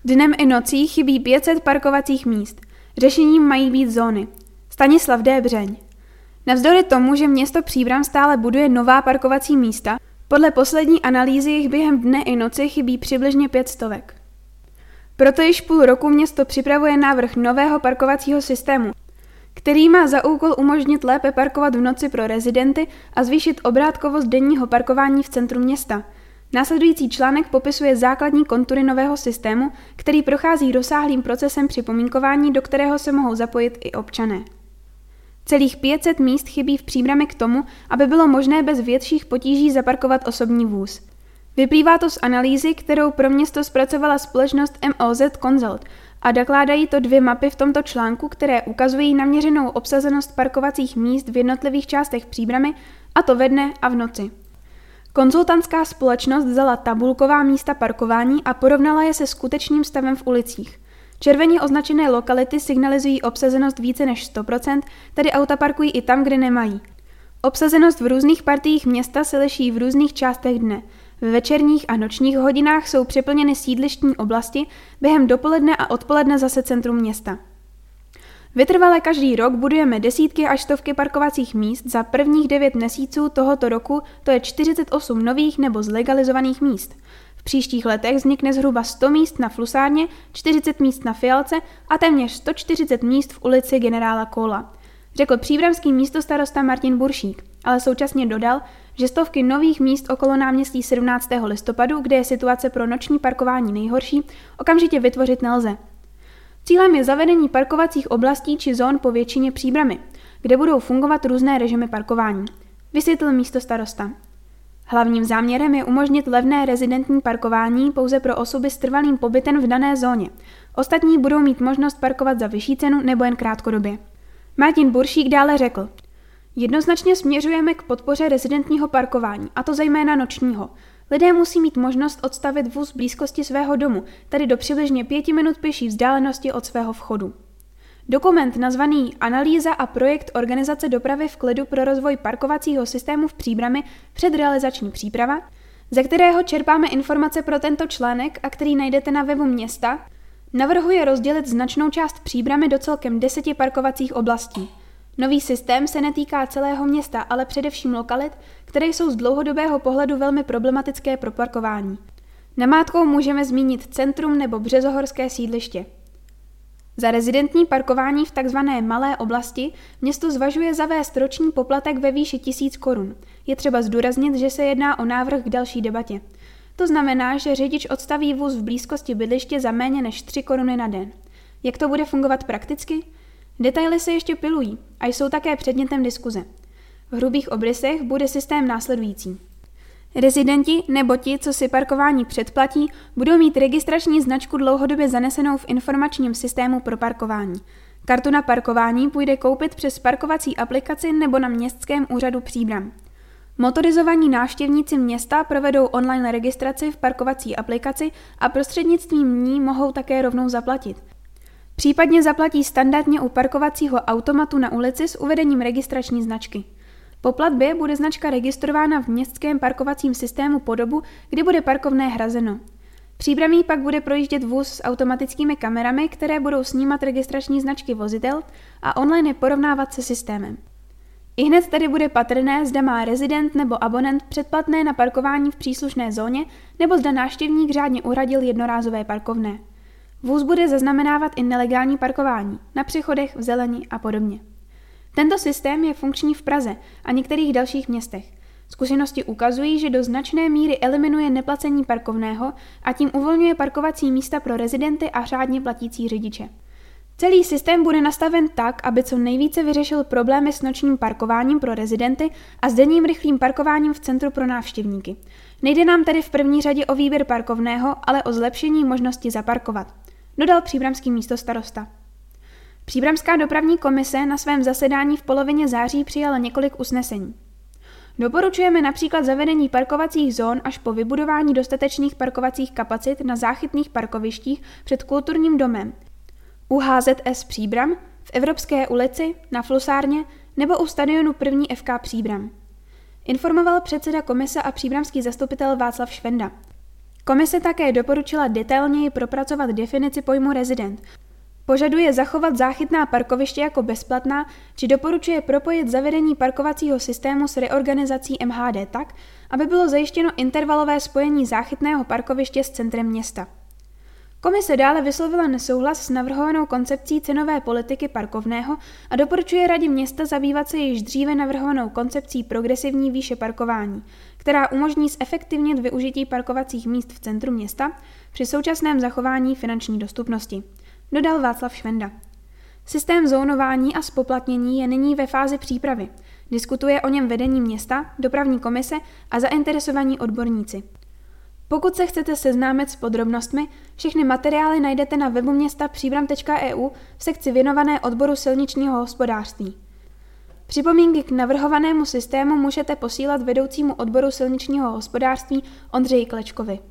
Dnem i nocí chybí 500 parkovacích míst. Řešením mají být zóny. Stanislav D. Břeň. Navzdory tomu, že město Příbram stále buduje nová parkovací místa, podle poslední analýzy jich během dne i noci chybí přibližně 500. Proto již půl roku město připravuje návrh nového parkovacího systému, který má za úkol umožnit lépe parkovat v noci pro rezidenty a zvýšit obrátkovost denního parkování v centru města. Následující článek popisuje základní kontury nového systému, který prochází rozsáhlým procesem připomínkování, do kterého se mohou zapojit i občané. Celých 500 míst chybí v Příbrami k tomu, aby bylo možné bez větších potíží zaparkovat osobní vůz. Vyplývá to z analýzy, kterou pro město zpracovala společnost MOZ Consult a dokládají to 2 mapy v tomto článku, které ukazují naměřenou obsazenost parkovacích míst v jednotlivých částech Příbrami, a to ve dne a v noci. Konzultantská společnost vzala tabulková místa parkování a porovnala je se skutečným stavem v ulicích. Červeně označené lokality signalizují obsazenost více než 100%, tedy auta parkují i tam, kde nemají. Obsazenost v různých partiích města se liší v různých částech dne. Ve večerních a nočních hodinách jsou přeplněny sídlištní oblasti, během dopoledne a odpoledne zase centrum města. Vytrvale každý rok budujeme desítky až stovky parkovacích míst, za prvních 9 měsíců tohoto roku to je 48 nových nebo zlegalizovaných míst. V příštích letech vznikne zhruba 100 míst na Flusárně, 40 míst na Fialce a téměř 140 míst v ulici Generála Kohla, řekl příbramský místostarosta Martin Buršík, ale současně dodal, že stovky nových míst okolo náměstí 17. listopadu, kde je situace pro noční parkování nejhorší, okamžitě vytvořit nelze. Cílem je zavedení parkovacích oblastí či zón po většině Příbrami, kde budou fungovat různé režimy parkování, vysvětlil místostarosta. Hlavním záměrem je umožnit levné rezidentní parkování pouze pro osoby s trvalým pobytem v dané zóně. Ostatní budou mít možnost parkovat za vyšší cenu nebo jen krátkodobě. Martin Buršík dále řekl: Jednoznačně směřujeme k podpoře rezidentního parkování, a to zejména nočního. Lidé musí mít možnost odstavit vůz v blízkosti svého domu, tedy do přibližně 5 minut pěší vzdálenosti od svého vchodu. Dokument nazvaný Analýza a projekt organizace dopravy v klidu pro rozvoj parkovacího systému v Příbrami předrealizační příprava, ze kterého čerpáme informace pro tento článek a který najdete na webu města, navrhuje rozdělit značnou část Příbrami do celkem 10 parkovacích oblastí. Nový systém se netýká celého města, ale především lokalit, které jsou z dlouhodobého pohledu velmi problematické pro parkování. Namátkou můžeme zmínit centrum nebo březohorské sídliště. Za rezidentní parkování v tzv. Malé oblasti město zvažuje zavést roční poplatek ve výši 1000 korun. Je třeba zdůraznit, že se jedná o návrh k další debatě. To znamená, že řidič odstaví vůz v blízkosti bydliště za méně než 3 koruny na den. Jak to bude fungovat prakticky? Detaily se ještě pilují a jsou také předmětem diskuze. V hrubých obrysech bude systém následující. Rezidenti nebo ti, co si parkování předplatí, budou mít registrační značku dlouhodobě zanesenou v informačním systému pro parkování. Kartu na parkování půjde koupit přes parkovací aplikaci nebo na městském úřadu Příbram. Motorizovaní návštěvníci města provedou online registraci v parkovací aplikaci a prostřednictvím ní mohou také rovnou zaplatit. Případně zaplatí standardně u parkovacího automatu na ulici s uvedením registrační značky. Po platbě bude značka registrována v městském parkovacím systému po dobu, kdy bude parkovné hrazeno. Příbramí pak bude projíždět vůz s automatickými kamerami, které budou snímat registrační značky vozidel a online je porovnávat se systémem. Ihned tedy bude patrné, zda má rezident nebo abonent předplatné na parkování v příslušné zóně, nebo zda návštěvník řádně uhradil jednorázové parkovné. Vůz bude zaznamenávat i nelegální parkování, na přechodech, v zeleni a podobně. Tento systém je funkční v Praze a některých dalších městech. Zkušenosti ukazují, že do značné míry eliminuje neplacení parkovného a tím uvolňuje parkovací místa pro rezidenty a řádně platící řidiče. Celý systém bude nastaven tak, aby co nejvíce vyřešil problémy s nočním parkováním pro rezidenty a s denním rychlým parkováním v centru pro návštěvníky. Nejde nám tedy v první řadě o výběr parkovného, ale o zlepšení možnosti zaparkovat, dodal příbramský místostarosta. Příbramská dopravní komise na svém zasedání v polovině září přijala několik usnesení. Doporučujeme například zavedení parkovacích zón až po vybudování dostatečných parkovacích kapacit na záchytných parkovištích před kulturním domem, u HZS Příbram, v Evropské ulici, na Flusárně nebo u stadionu 1. FK Příbram. Informoval předseda komise a příbramský zastupitel Václav Švenda. Komise také doporučila detailněji propracovat definici pojmu rezident. Požaduje zachovat záchytná parkoviště jako bezplatná, či doporučuje propojit zavedení parkovacího systému s reorganizací MHD tak, aby bylo zajištěno intervalové spojení záchytného parkoviště s centrem města. Komise dále vyslovila nesouhlas s navrhovanou koncepcí cenové politiky parkovného a doporučuje radě města zabývat se již dříve navrhovanou koncepcí progresivní výše parkování, která umožní zefektivnit využití parkovacích míst v centru města při současném zachování finanční dostupnosti, dodal Václav Švenda. Systém zónování a zpoplatnění je nyní ve fázi přípravy. Diskutuje o něm vedení města, dopravní komise a zainteresovaní odborníci. Pokud se chcete seznámit s podrobnostmi, všechny materiály najdete na webu města příbram.eu v sekci věnované odboru silničního hospodářství. Připomínky k navrhovanému systému můžete posílat vedoucímu odboru silničního hospodářství Ondřeji Klečkovi.